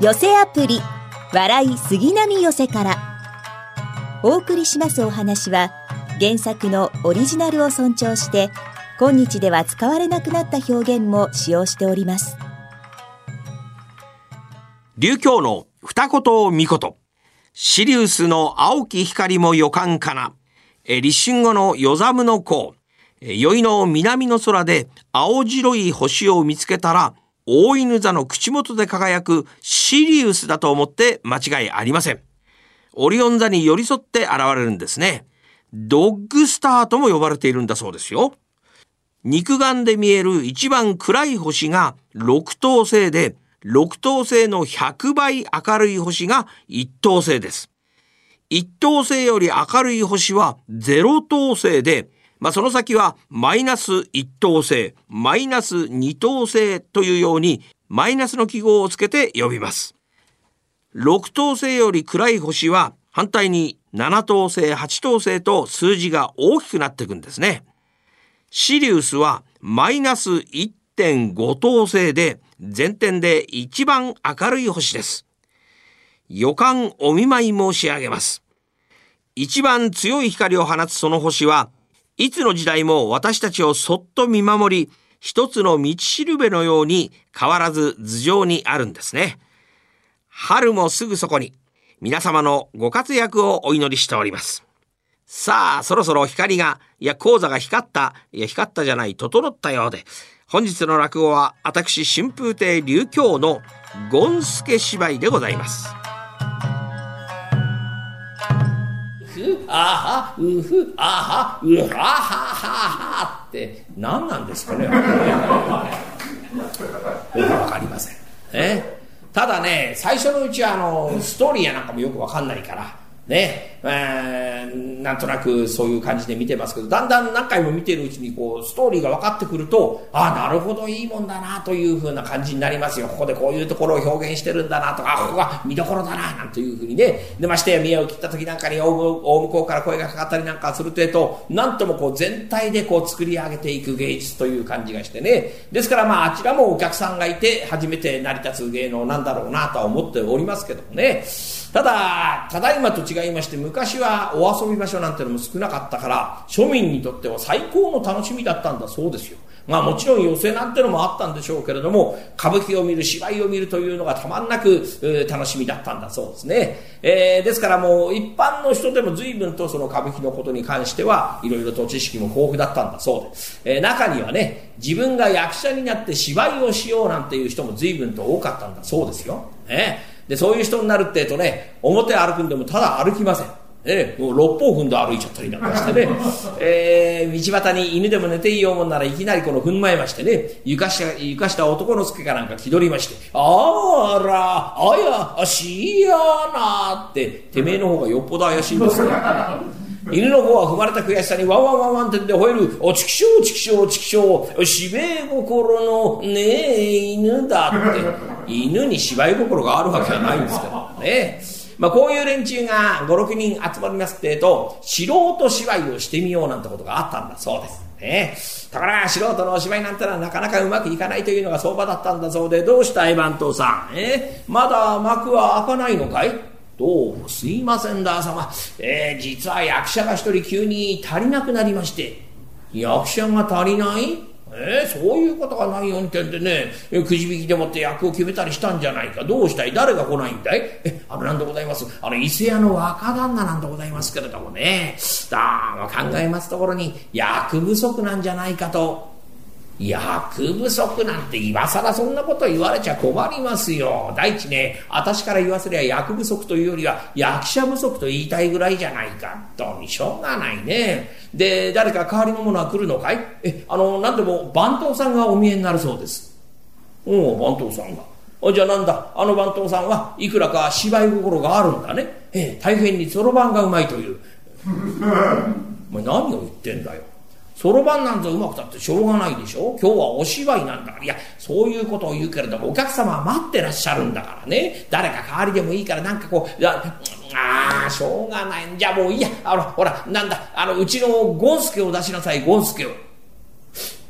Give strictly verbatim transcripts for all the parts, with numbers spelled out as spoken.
寄せアプリ笑い杉並寄せからお送りしますお話は、原作のオリジナルを尊重して今日では使われなくなった表現も使用しております。 琉球の二言三言、シリウスの青き光も予感かな、え立春後の夜寒の子、宵の南の空で青白い星を見つけたら大犬座の口元で輝くシリウスだと思って間違いありません。オリオン座に寄り添って現れるんですね。ドッグスターとも呼ばれているんだそうですよ。肉眼で見える一番暗い星が六等星で、六等星のひゃくばい明るい星が一等星です。一等星より明るい星はゼロ等星で、まあ、その先はマイナス一等星、マイナス二等星というようにマイナスの記号をつけて呼びます。六等星より暗い星は反対に七等星、八等星と数字が大きくなっていくんですね。シリウスはマイナス いってんご 等星で、全天で一番明るい星です。予感お見舞い申し上げます。一番強い光を放つその星はいつの時代も私たちをそっと見守り、一つの道しるべのように変わらず頭上にあるんですね。春もすぐそこに、皆様のご活躍をお祈りしております。さあ、そろそろ光が、いや講座が光った、いや光ったじゃない、整ったようで、本日の落語は私春風亭琉球のゴンスケ芝居でございます。 ふあはうふあはうははははって何なんですかね。よくわかりません。えただね、最初のうちはあのストーリーやなんかもよくわかんないからね、えー、なんとなくそういう感じで見てますけど、だんだん何回も見てるうちにこうストーリーが分かってくると、ああなるほどいいもんだなという風な感じになりますよ。ここでこういうところを表現してるんだなとか、ここが見どころだななんていう風にね。でましてや見栄を切った時なんかに大向こうから声がかかったりなんかすると、えっとなんともこう全体でこう作り上げていく芸術という感じがしてね。ですからまああちらもお客さんがいて初めて成り立つ芸能なんだろうなとは思っておりますけどもね。ただただいまと違いまして、昔はお遊び場所なんてのも少なかったから、庶民にとっては最高の楽しみだったんだそうですよ。まあもちろん寄席なんてのもあったんでしょうけれども、歌舞伎を見る、芝居を見るというのがたまんなく、えー、楽しみだったんだそうですね。えー、ですからもう一般の人でも随分とその歌舞伎のことに関してはいろいろと知識も豊富だったんだそうです。えー、中にはね、自分が役者になって芝居をしようなんていう人も随分と多かったんだそうですよ。ね、でそういう人になるってえとね、表歩くんでもただ歩きません。ええ、もう六方踏んで歩いちゃったりなんかしてね、えー、道端に犬でも寝ていいようもんならいきなりこの踏んまいましてね、床下床下男の助かなんか気取りまして、あらあやしやなって、てめえの方がよっぽど怪しいんですね。犬の方は踏まれた悔しさにワンワンワンワンってんで吠える、おちきしょうちきしょうちきしょう、芝居心のねえ犬だって、犬に芝居心があるわけはないんですけどね。まあ、こういう連中がご、ろくにん集まりますってえと、素人芝居をしてみようなんてことがあったんだそうですね。だから素人のお芝居なんてのはなかなかうまくいかないというのが相場だったんだそうで、どうしたい番頭さん、えまだ幕は開かないのかい。どうもすいませんだ様、えー、実は役者が一人急に足りなくなりまして。役者が足りない？えー、そういうことがないようにってんでね、くじ引きでもって役を決めたりしたんじゃないか。どうしたい？誰が来ないんだい？え、あのなんでございます。あの伊勢屋の若旦那なんでございますけれどもね、だも考えますところに役不足なんじゃないかと。役不足なんて今更そんなこと言われちゃ困りますよ。第一ね、私から言わせりゃ役不足というよりは役者不足と言いたいぐらいじゃないか。どうにしょうがないね。で、誰か代わりの者は来るのかい？え、あの、なんでも番頭さんがお見えになるそうです。おう、番頭さんが。じゃあなんだ、あの番頭さんはいくらか芝居心があるんだね。ええ、大変にそろばんがうまいという。お前何を言ってんだよ。そろばんなんぞうまくたってしょうがないでしょ。今日はお芝居なんだから。いや、そういうことを言うけれども、お客様は待ってらっしゃるんだからね。誰か代わりでもいいからなんかこう、ああしょうがない。じゃあもういいや。あのほらなんだ、あのうちのゴンスケを出しなさい。ゴンスケを。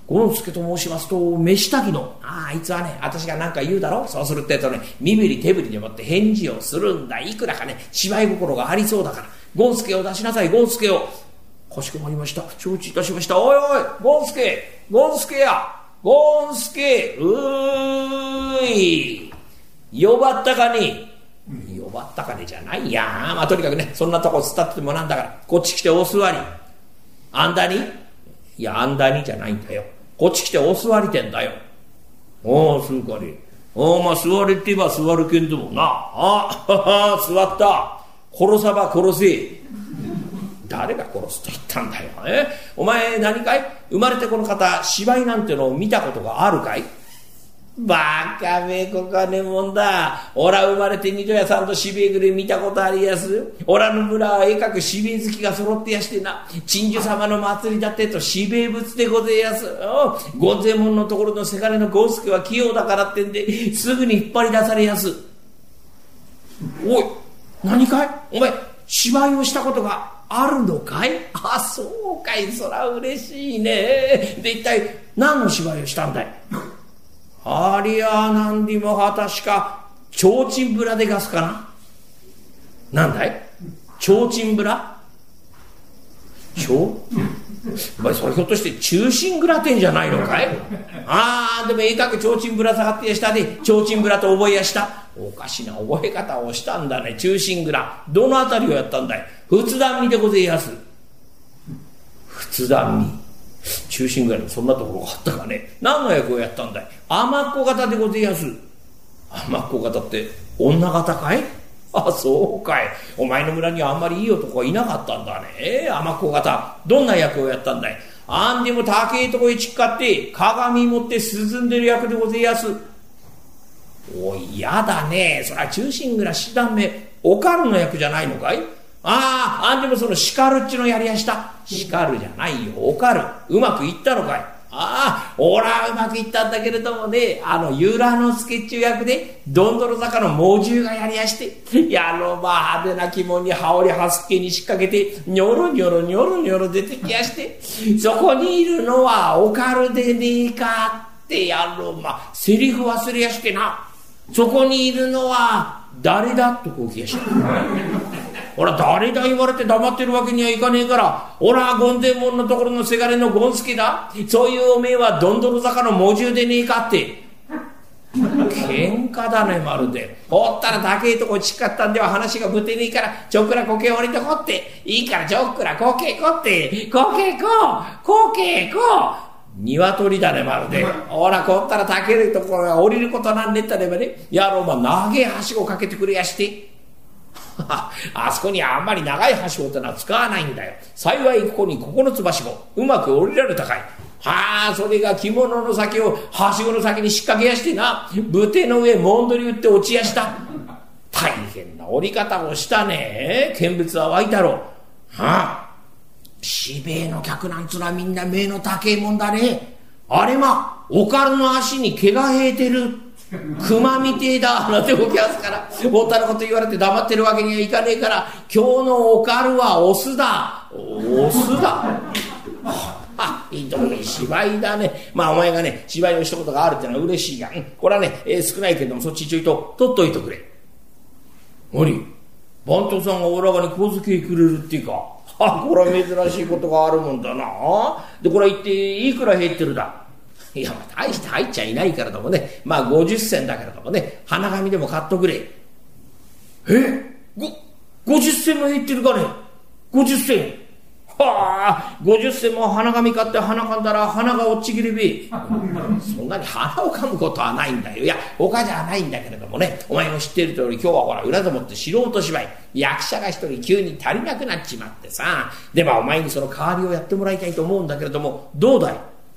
ゴンスケと申しますと、飯炊きの、ああ、あいつはね、私が何か言うだろ、そうするってとね、身振り手振りでもって返事をするんだ。いくらかね、芝居心がありそうだから、ゴンスケを出しなさい、ゴンスケを。かしこまりました。承知いたしました。おいおい、ゴンスケ、ゴンスケや、ゴンスケ、うーい。呼ばったかね。呼ばったかねじゃないや。まあ、とにかくね、そんなとこ伝っててもなんだから、こっち来てお座り。あんだにいや、あんだにじゃないんだよ。こっち来てお座りてんだよ。おお、そうかね。おお、まあ、座れって言えば座るけんどもな。あ、はは、座った。殺さば殺せ。誰が殺すと言ったんだよ。えお前何かい？生まれてこの方、芝居なんてのを見たことがあるかい？バカめこかねもんだ。おら生まれて二度屋さんとしべぐれ見たことありやす。おらの村は絵描くしべ好きが揃ってやしてな。鎮守様の祭りだってとしべ仏でごぜやす。ゴンゼモンのところのせがれのゴンスケは器用だからってんで、すぐに引っ張り出されやす。おい、何かい？お前、芝居をしたことがあるのかい？あ、そうかい、そら嬉しいね。で、一体何の芝居をしたんだい？ありゃあ、なんでもは確か、ちょうちんぶらでガスかな。なんだい？ちょうちんぶら？ちょう？お前、それひょっとして中心蔵てんじゃないのかい？ああ、でもええかくちょうちんぶら下がってやしたで、ちょうちんぶらと覚えやした。おかしな覚え方をしたんだね。中心蔵。どのあたりをやったんだい？仏壇見でごぜえやす。仏壇見。中心蔵にそんなところがあったかね。何の役をやったんだい？甘っ子型でごぜえやす。甘っ子型って女型かい？あ、そうかい。お前の村にはあんまりいい男はいなかったんだね。えー、甘っ子型。どんな役をやったんだい？あんでも高えとこへちっかって鏡持って涼んでる役でごぜえやす。おい、やだね。そら中心蔵七段目おかるの役じゃないのかい？ああ、あんでもそのシカルっちのやりやした。シカルじゃないよ、おかる。うまくいったのかい？ああ、おらうまくいったんだけれどもね、あの由良之助っちゅう役でどんどろ坂の猛獣がやりやして、やろまあ派手な着物に羽織はすっけに引っ掛けてニョロニョロニョロニョロ出てきやして、そこにいるのはおかるでねえかってやろまあセリフ忘れやしてな。そこにいるのは誰だとこうきやした。ほら、誰だ言われて黙ってるわけにはいかねえから、ほら、ゴンデモンのところのせがれのゴンスケだ。そういうおめえはどんどろ坂の猛獣でねえかって。喧嘩だね、まるで。ほったら高えとこちっかったんでは話がぶてねえから、ちょっくらこけ降りてこって。いいからちょっくらこけこって。こけここけこ鶏だね、まるで。ほら、こったら高えところが降りることなんねったればね、やろうま、長えはしごかけてくれやして。あそこにあんまり長いはしごってのは使わないんだよ。幸いここに九つはしごうまく降りられたかい。はあ、それが着物の先をはしごの先に引っ掛けやしてな、ぶての上もんどり打って落ちやした。大変な降り方をしたね。見物は湧いたろう。はあ、しべえの客なんつらみんな目の高えもんだね。あれま、おかるの足に毛が生えてる。熊みてえだなんて動きますから、ぼったのこと言われて黙ってるわけにはいかねえから、今日のおかるはオスだ。オスだ。あ、ひどい芝居だね。まあお前がね、芝居をしたことがあるってのは嬉しいが、うん、これはね、えー、少ないけれどもそっちちょいと取っといてくれ。何？番頭さんがおらがに小遣いくれるっていうか。は、これは珍しいことがあるもんだな。で、これは一体いくら減ってるだ？いや、まあ、大して入っちゃいないけれどもね、まあごじゅっ銭だけれどもね、花紙でも買っとくれ。え？ご、ごじゅっ銭も減ってるかね？ごじゅっ銭。はあ、ごじゅっ銭も花紙買って花かんだら花が落ちきれべ。そんなに花をかむことはないんだよ。いや、他じゃないんだけれどもね、お前も知っている通り今日はほら裏でもって素人芝居、役者が一人急に足りなくなっちまってさ、でまあお前にその代わりをやってもらいたいと思うんだけれども、どうだい？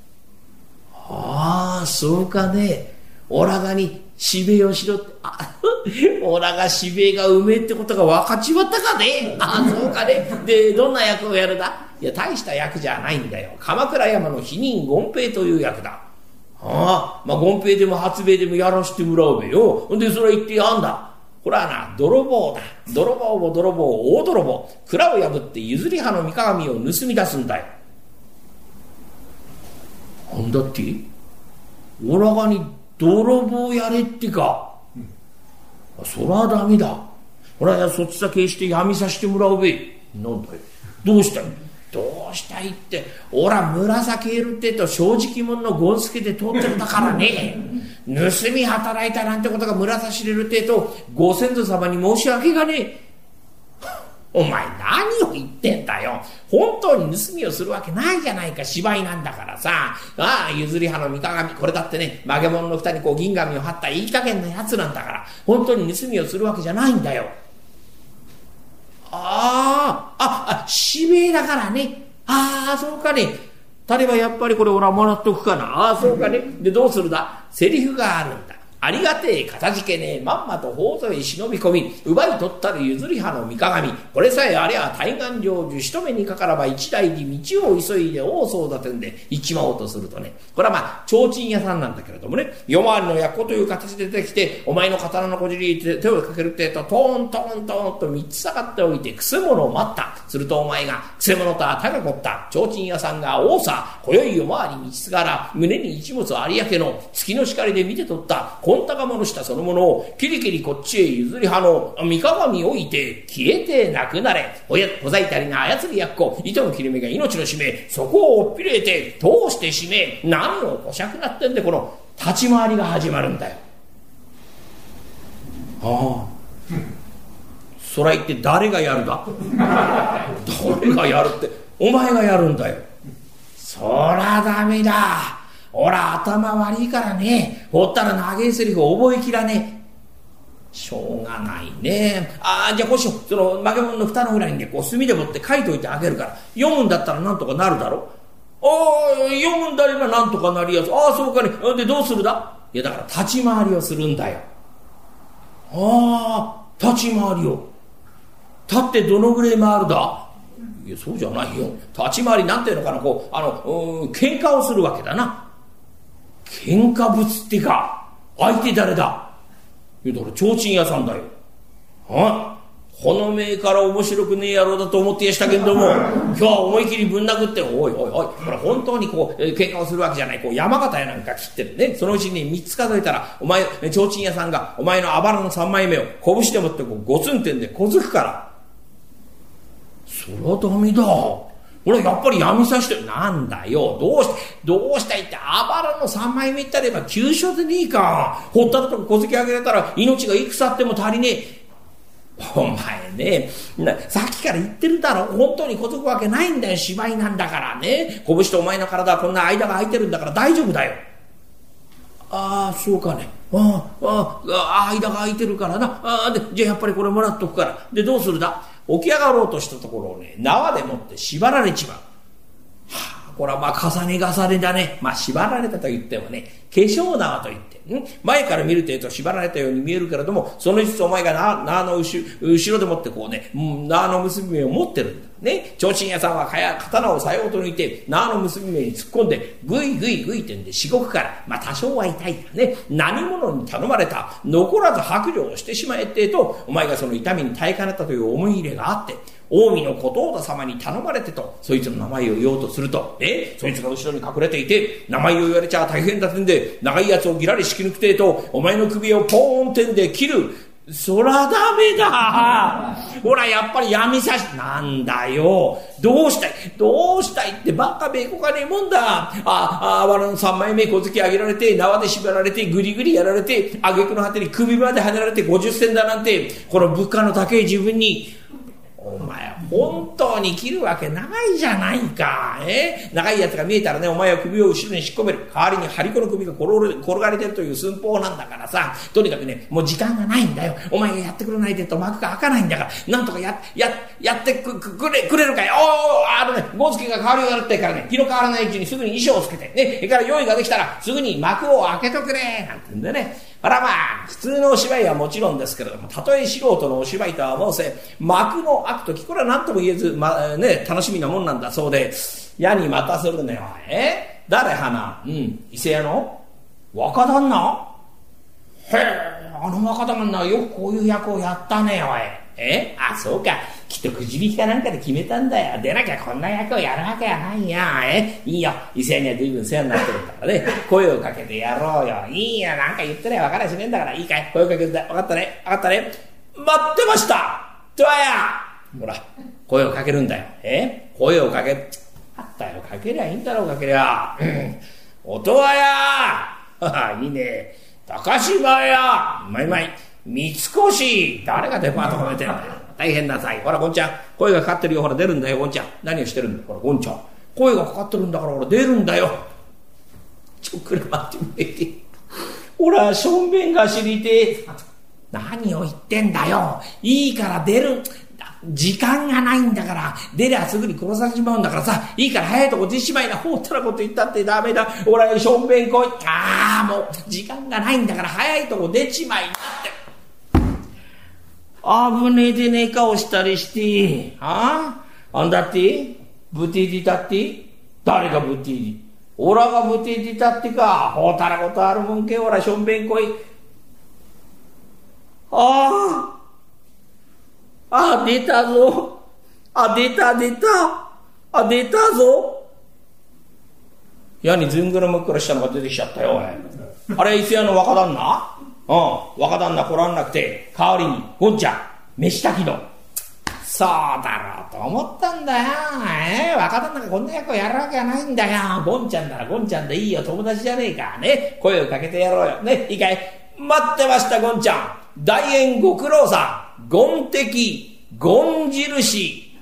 ああ、そうかね。オラがにしべをしろって、あ、オラがしべがうめえってことが分かっちまったかね。ああ、そうかね。で、どんな役をやるだ？いや、大した役じゃないんだよ。鎌倉山の否認権平という役だ。ああ、まあ権平でも初兵衛でもやらしてもらうべよ。で、それは言ってやんだ。これはな、泥棒だ。泥棒も泥棒、大泥棒。蔵を破って譲り派の三鏡を盗み出すんだよ。あなんだって？おらがに泥棒やれってか。うん、そらダメだ。ほら、そっちだけして闇さしてもらうべ。なんだい、どうしたい、どうしたいって、おら紫色ってと正直者のゴンスケで通ってるんだからね。盗み働いたなんてことが紫知れるってとご先祖様に申し訳がねえ。お前何を言ってんだよ。本当に盗みをするわけないじゃないか。芝居なんだからさ。ああ、譲り派の三鏡、これだってね、曲げ物の蓋にこう銀紙を貼ったいい加減なやつなんだから、本当に盗みをするわけじゃないんだよ。ああ、あ、あ、指名だからね。ああ、そうかね。たればやっぱりこれ俺はもらっとくかな。ああ、そうかね。で、どうするだ。セリフがあるんだ。ありがてえかたじけねえまんまと宝蔵へ忍び込み奪い取ったる譲り派の三鏡、これさえありゃ対岸成就一目にかからば一台に道を急いで大そうだてんで行ちまおうとするとね、これはまあ提灯屋さんなんだけれどもね、夜回りの奴という形で出てきて、お前の刀のこじりに手をかけるってえとトーントーントーンと三つ下がっておいてくせ者を待った。するとお前がくせ者とあたがこった提灯屋さんが多さ今宵夜回り道すがら胸に一物有明の月の光で見て取ったこんたがものしたそのものをキリキリこっちへ譲り派の三鏡置いて消えてなくなれ。ほやほざいたりな操りやっこ糸の切れ目が命の使命、そこをおっぴれて通して使命、何をこしゃくなってんでこの立ち回りが始まるんだよ。ああ、そら言って誰がやるだ誰がやるってお前がやるんだよ。そらダメだ。おら頭悪いからね、ほったら長いセリフ覚えきらねえ。しょうがないね。ああ、じゃあこうしよう。その曲げ物の蓋の裏にね、こう墨でもって書いといてあげるから、読むんだったらなんとかなるだろ。ああ、読むんだればなんとかなるやつ。ああ、そうかね。でどうするだ。いやだから立ち回りをするんだよ。ああ、立ち回りを。立ってどのぐらい回るだ。いやそうじゃないよ。立ち回りなんていうのかな、こうあのうーん喧嘩をするわけだな。喧嘩物ってか相手誰だ。いやだから提灯屋さんだよ。あこの目から面白くねえ野郎だと思ってやしたけんども今日は思い切りぶん殴っておいおいおい、これ本当にこう、えー、喧嘩をするわけじゃない。こう山形やなんか切ってるね。そのうちにみっつ数えたらお前提灯屋さんがお前のあばらの三枚目を拳でもってこうゴツンってんで小づくから。そりゃダメだ。俺やっぱり闇さしてなんだよ。どうしてどうしたいってあばらの三枚目ってあれば急所でねえか。ほったらと小突き上げられたら命がいくつあっても足りねえ。お前ねなさっきから言ってるだろ。本当に小づくわけないんだよ。芝居なんだからね。拳とお前の体はこんな間が空いてるんだから大丈夫だよ。ああそうかね。ああああ間が空いてるからな。あでじゃあやっぱりこれもらっとくから。でどうするだ。起き上がろうとしたところをね縄でもって縛られちまう。はあ、これはまあ重ね重ねだね。まあ縛られたと言ってもね化粧縄といってん前から見る程度縛られたように見えるけれども、その実お前が縄縄の後ろでもってこうね縄の結び目を持ってるんだね。提灯屋さんはかや刀をさようと抜いて縄の結び目に突っ込んでグイグイグイってんでしごくから、まあ多少は痛いからね。何者に頼まれた残らず白状をしてしまえってとお前がその痛みに耐えかねたという思い入れがあって、近江の小峠様に頼まれてとそいつの名前を言おうとするとね、そいつが後ろに隠れていて名前を言われちゃ大変だってんで長いやつをギラリ引き抜くてとお前の首をポーンってんで切る。そらダメだ。ほらやっぱり闇さしなんだよ。どうしたいどうしたいってバカべこかねえもんだ。あああばらの三枚目小突き上げられて縄で縛られてグリグリやられて挙句の果てに首まで跳ねられてごじゅっせんだなんて、この物価の高い自分にお前本当に切るわけないじゃないか。え長いやつが見えたらねお前は首を後ろに引っ込める。代わりに張り子の首が転がれてるという寸法なんだからさ、とにかくねもう時間がないんだよ。お前がやってくれないでと幕が開かないんだから、なんとかやややってくくれくれるかい。おおあのねゴツキが代わりをやるってからね日の変わらないうちにすぐに衣装をつけてね、それから用意ができたらすぐに幕を開けとくれなんてんでね。あらまあ普通のお芝居はもちろんですけれども、たとえ素人のお芝居とは申せ幕の開くときこれは何とも言えず、まね、楽しみなもんなんだそうで、矢にまたするねよ。え誰花うん伊勢屋の若旦那。へえあの若旦那よくこういう役をやったねおい。えあそうか昨きっとくじ引きかなんかで決めたんだよ。でなきゃこんな役をやるわけはないよ。えいいよ。伊勢屋には随分世話になってるんだからね。声をかけてやろうよ。いいよ。なんか言ってりゃ分からしねえんだから。いいかい。声をかけて、分かったね。分かったね。待ってましたとわやほら、声をかけるんだよ。え声をかけ、あったよ。かけりゃいいんだろう、かけりゃ。うん。音羽屋いいね。高島屋うまいうまい。三越誰がデパート褒めてんだよ。大変なさい。ほら、ゴンちゃん。声がかかってるよ。ほら、出るんだよ、ゴンちゃん。何をしてるんだよ。ほら、ゴンちゃん。声がかかってるんだから、ほら、出るんだよ。ちょ、くれ待ってくれて。ほら、しょんべんが知りて。何を言ってんだよ。いいから出る。時間がないんだから。出りゃすぐに殺されちまうんだからさ。いいから早いとこ出しまいな。ほったらこと言ったってダメだ。ほら、しょんべん来い。ああ、もう、時間がないんだから早いとこ出ちまいなって。危ねえでねえ顔したりして。あああんだってブティディだって誰がブティディオラがブティディだってか。ほったらことあるもんけ。ほら、しょんべん来い。ああ、あ、出たぞ。あ、出た、出た。あ、出たぞ。矢にずんぐらむっくらしたのが出てきちゃったよ、おい。あれ、伊勢屋の若旦那うん、若旦那来らんなくて、代わりに、ゴンちゃん、飯炊きの。そうだろうと思ったんだよ。えー、若旦那がこんな役をやるわけはないんだよ。ゴンちゃんならゴンちゃんでいいよ、友達じゃねえか。ね、声をかけてやろうよ。ね、いいかい。待ってました、ゴンちゃん。大縁ご苦労さん。ゴン的、ゴン印。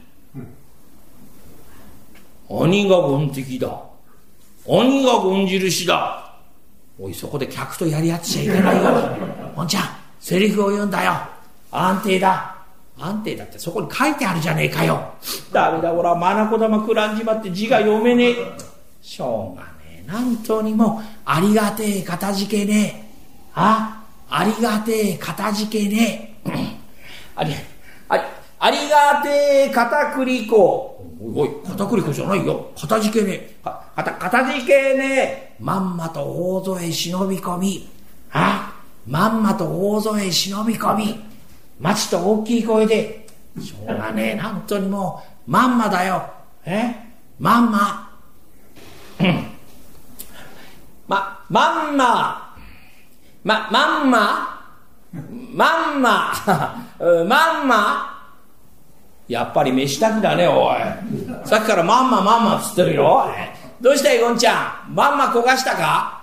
兄がゴン的だ。兄がゴン印だ。おい、そこで客とやり合っちゃいけないよ。ゴンちゃん、セリフを言うんだよ。安定だ。安定だってそこに書いてあるじゃねえかよ。ダメだ、ほら、まなこ玉くらんじまって字が読めねえ。しょうがねえ。なんとにも、ありがてえかたじけねえ。あありがてえかたじけねえ。あり、あり、ありがてえかたくりこ。おい、かたくりこじゃないよ。かたじけねえ。か、かた、かたじけねえ。まんまと大添え忍び込み。あまんまと大添え忍び込み。町と大きい声で。しょうがねえ、なんとにもう、まんまだよ。えまんま。うん。ま、まんま。ま、まんままんままんまやっぱり飯炊きだね、おい。さっきからまんままんまっつってるよ。どうしたい、ゴンちゃん。まんま焦がしたか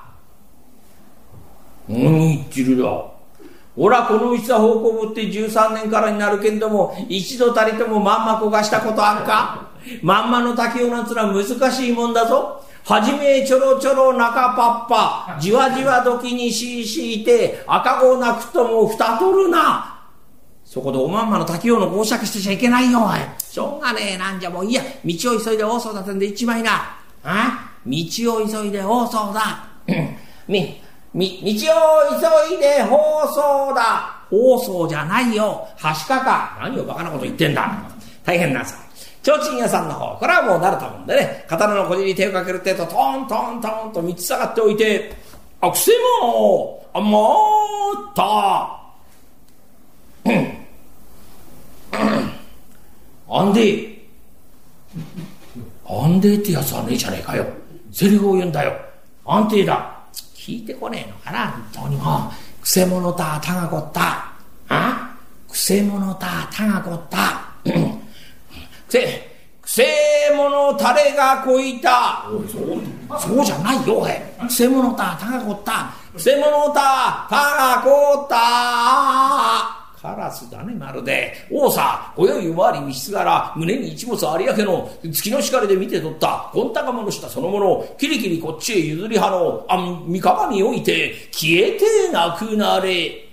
何言ってるだ。おら、この道は方向ぶってじゅうさんねんからになるけんども、一度たりともまんま焦がしたことあんか。まんまの炊きようなんつら難しいもんだぞ。はじめちょろちょろ中パッパ、じわじわ時にしいしいて、赤子なくともふたとるな。そこでおまんまの滝用の講釈してちゃいけないよ、おい。しょうがねえ、なんじゃもういいや。道を急いで大そうだってんで一枚な。あ道を急いで大そうだ。み、み、道を急いで放送だ。放送じゃないよ。はしかか。何をバカなこと言ってんだ。大変なさ。提灯屋さんの方、これはもう慣れたもんでね、刀の小尻に手をかけるってと、トントントンと三つ下がっておいて、あ、くせもあ、もーったうん。あんであんでってやつはねえじゃねえかよ。セリフを言うんだよ。安定だ。聞いてこねえのかな、本当にもう。くせ者たたがこった。あくせ者たたがこった。くせ、くせ者たれがこいた。おい、そう、そうじゃないよ、おい。くせ者たたがこった。くせ者たたがこった。カラスだね、まるで。王さ、今宵回り密室柄、胸に一物有明の月の光で見て取った、ゴンタガモの下そのもの、キリキリこっちへ譲り派の、あん、三河において、消えてなくなれ。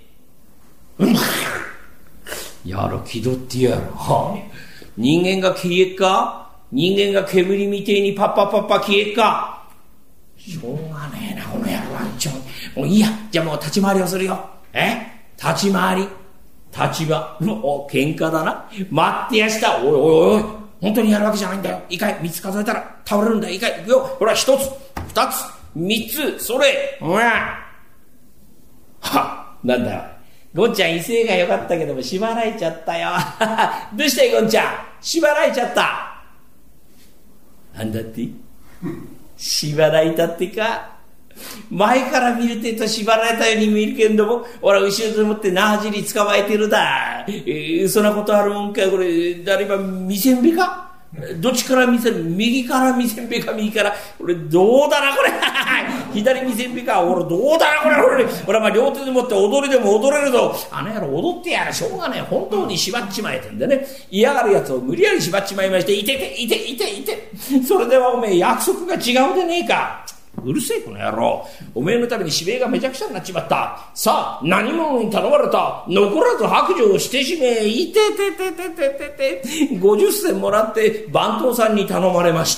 やろ、気取ってやろ。はあ、人間が消えっか人間が煙みてえにパッパッパッパ消えっか。しょうがねえな、この野郎はんちょ。もういいや、じゃあもう立ち回りをするよ。え立ち回り立場、お、喧嘩だな。待ってやした。おいおいおい。本当にやるわけじゃないんだよ。いいかい、三つ数えたら倒れるんだよ。いいかい、いくよ。ほら、一つ、二つ、三つ、それ。うわは、なんだよ。 ゴンちゃん威勢が良かったけども縛られちゃったよ。どうしたいゴンちゃん、縛られちゃった。なんだって縛られたってか。前から見ると縛られたように見えるけんども、俺は後ろでもってなはじり捕まえてるだ。えー、そんなことあるもんか。これ誰ば見せんべか、どっちから見せる、右から見せんべか、右から、俺どうだなこれ。左見せんべか、俺どうだなこれ。俺俺はまあ両手でもって踊りでも踊れるぞ。あの野郎踊ってやらしょうがねえ、本当に縛っちまえてんでね、嫌がるやつを無理やり縛っちまいまして、いてていていていて、それではおめえ約束が違うでねえか。うるせえこの野郎、おめえのために指名がめちゃくちゃになっちまった。さあ何者に頼まれた、残らず白状をしてしめ。いててててててて、ごじゅっせんもらって番頭さんに頼まれました。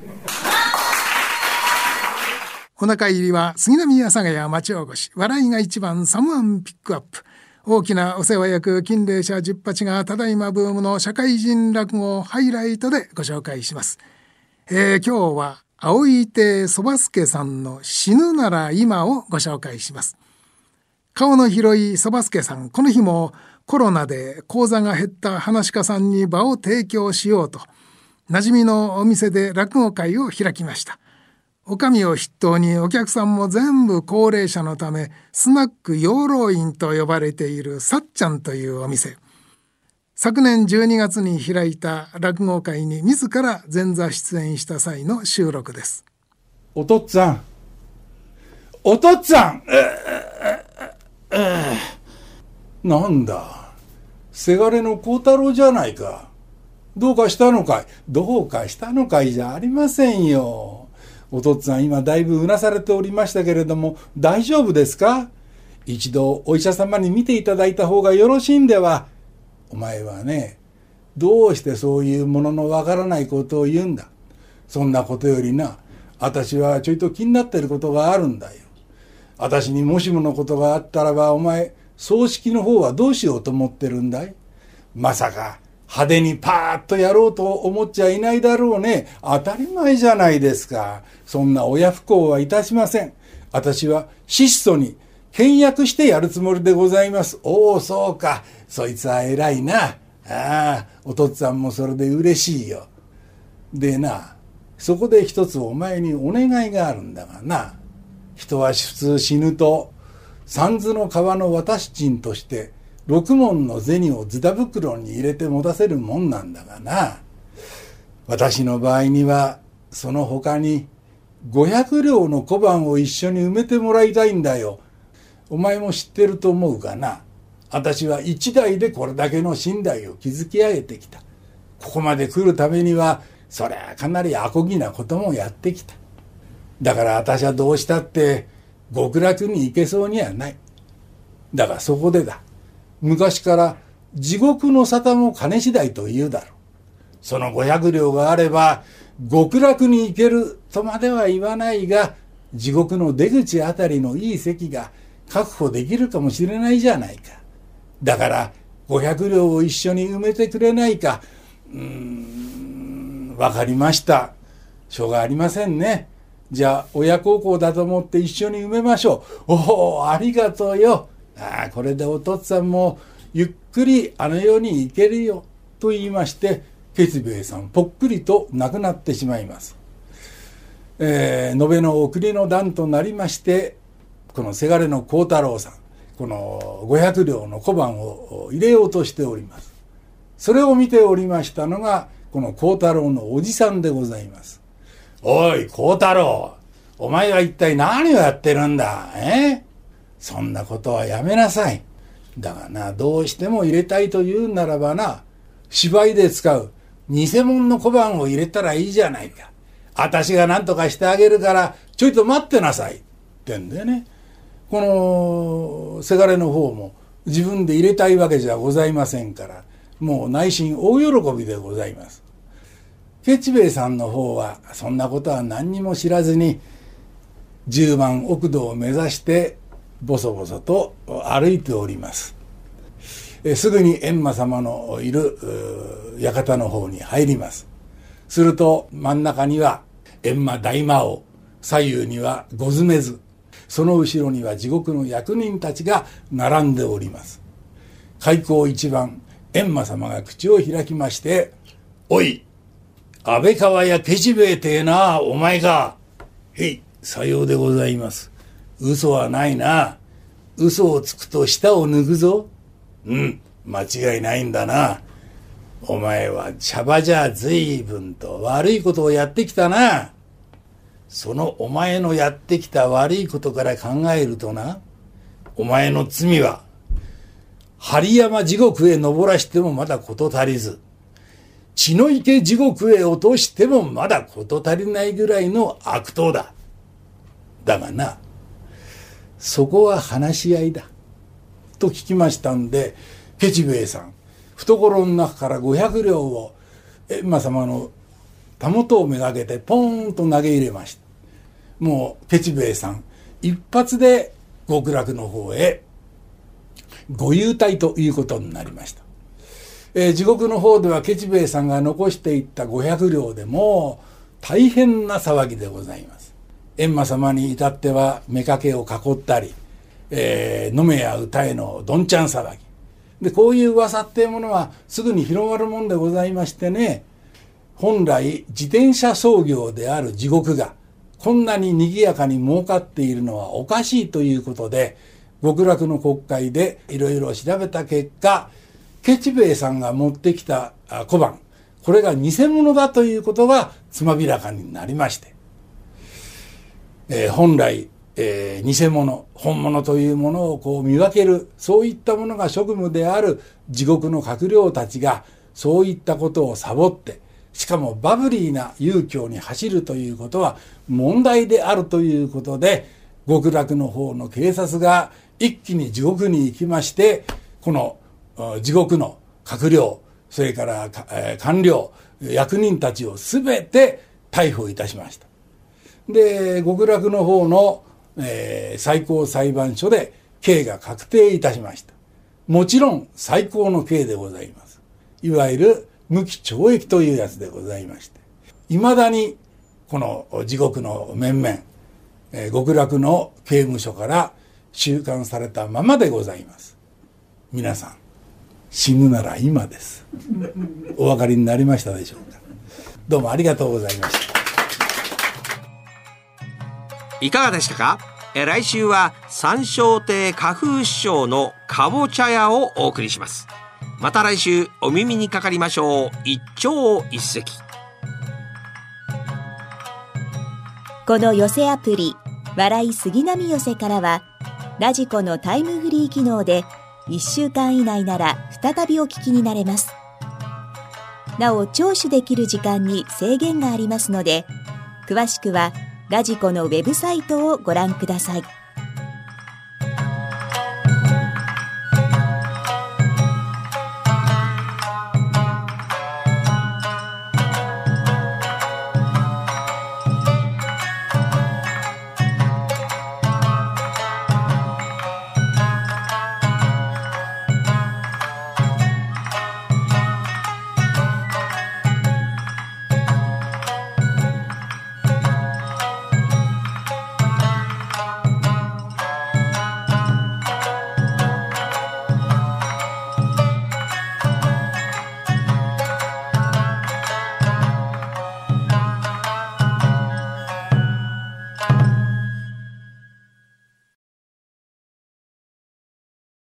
お腹入りは杉並阿佐ヶ谷町おこし、笑いが一番サムワンピックアップ。大きなお世話役金霊社十八がただいまブームの社会人落語をハイライトでご紹介します。えー、今日は青井亭そば助さんの死ぬなら今をご紹介します。顔の広いそば助さん、この日もコロナで講座が減った噺家さんに場を提供しようと、馴染みのお店で落語会を開きました。おかみを筆頭にお客さんも全部高齢者のため、スナック養老院と呼ばれているさっちゃんというお店。昨年じゅうにがつに開いた落語会に自ら前座出演した際の収録です。 おとっつぁん、おとっつぁん、なんだ、せがれの孝太郎じゃないか。どうかしたのかい。どうかしたのかいじゃありませんよ。おとっつぁん、今だいぶうなされておりましたけれども大丈夫ですか。一度お医者様に見ていただいた方がよろしいんでは。お前はね、どうしてそういうもののわからないことを言うんだ。そんなことよりな、私はちょいと気になってることがあるんだよ。私にもしものことがあったらば、お前葬式の方はどうしようと思ってるんだい。まさか派手にパーッとやろうと思っちゃいないだろうね。当たり前じゃないですか。そんな親不孝はいたしません。私は質素に倹約してやるつもりでございます。おお、そうか。そいつは偉いな。ああ、お父っつぁんもそれで嬉しいよ。でな、そこで一つお前にお願いがあるんだがな。人は普通死ぬと、三途の川の渡し賃として、六文の銭をずだ袋に入れて持たせるもんなんだがな。私の場合には、その他に、五百両の小判を一緒に埋めてもらいたいんだよ。お前も知ってると思うがな。私は一代でこれだけの身代を築き上げてきた。ここまで来るためには、そりゃかなりアコギなこともやってきた。だから私はどうしたって極楽に行けそうにはない。だがそこでだ。昔から地獄の沙汰も金次第と言うだろう。その五百両があれば極楽に行けるとまでは言わないが、地獄の出口あたりのいい席が確保できるかもしれないじゃないか。だからごひゃく両を一緒に埋めてくれないか。うーん、わかりました。しょうがありませんね。じゃあ親孝行だと思って一緒に埋めましょう。おお、ありがとうよ。ああ、これでお父っつぁんもゆっくりあの世に行けるよと言いまして、ケ兵衛さんぽっくりと亡くなってしまいます。えー、延べの送りの段となりまして、このせがれの孝太郎さん、このごひゃく両の小判を入れようとしております。それを見ておりましたのがこの孝太郎のおじさんでございます。おい孝太郎、お前は一体何をやってるんだ。えそんなことはやめなさい。だがな、どうしても入れたいと言うならばな、芝居で使う偽物の小判を入れたらいいじゃないか。私が何とかしてあげるからちょいと待ってなさいってんでね。このせがれの方も自分で入れたいわけじゃございませんから、もう内心大喜びでございます。ケチ兵衛さんの方はそんなことは何にも知らずに十万億土を目指してボソボソと歩いております。えすぐに閻魔様のいる館の方に入ります。すると真ん中には閻魔大魔王、左右には五詰図、 その後ろには地獄の役人たちが並んでおります。開口一番、閻魔様が口を開きまして、おい、安倍川やケチ兵衛てえな、お前か。へい、さようでございます。嘘はないな。嘘をつくと舌を抜くぞ。うん、間違いないんだな。お前は茶場じゃ随分と悪いことをやってきたな。そのお前のやってきた悪いことから考えるとな、お前の罪は針山地獄へ登らしてもまだ事足りず、血の池地獄へ落としてもまだ事足りないぐらいの悪党だ。だがな、そこは話し合いだと聞きましたんで、ケチ兵衛さん懐の中からごひゃく両を閻魔様のたもとをめがけてポーンと投げ入れました。もうケチ兵衛さん一発で極楽の方へご優待ということになりました。えー、地獄の方ではケチ兵衛さんが残していったごひゃく両でも大変な騒ぎでございます。閻魔様に至っては妾を囲ったり、えー、飲めや歌えのどんちゃん騒ぎで、こういう噂っていうものはすぐに広まるもんでございましてね、本来自転車操業である地獄がこんなに賑やかに儲かっているのはおかしいということで、極楽の国会でいろいろ調べた結果、ケチ兵衛さんが持ってきた小判、これが偽物だということがつまびらかになりまして、えー、本来、えー、偽物本物というものをこう見分ける、そういったものが職務である地獄の閣僚たちがそういったことをサボって、しかもバブリーな遊興に走るということは問題であるということで、極楽の方の警察が一気に地獄に行きまして、この地獄の閣僚、それから官僚、役人たちをすべて逮捕いたしました。で、極楽の方の、えー、最高裁判所で刑が確定いたしました。もちろん最高の刑でございます。いわゆる無期懲役というやつでございまして、いまだにこの地獄の面々、えー、極楽の刑務所から収監されたままでございます。皆さん、死ぬなら今です。お分かりになりましたでしょうか。どうもありがとうございました。 いかがでしたか。え来週は三笑亭花風師匠のかぼちゃ屋をお送りします。また来週お耳にかかりましょう。一朝一夕。 この寄せアプリ笑い杉並寄せからは、ラジコのタイムフリー機能でいっしゅうかん以内なら再びお聞きになれます。なお聴取できる時間に制限がありますので、詳しくはラジコのウェブサイトをご覧ください。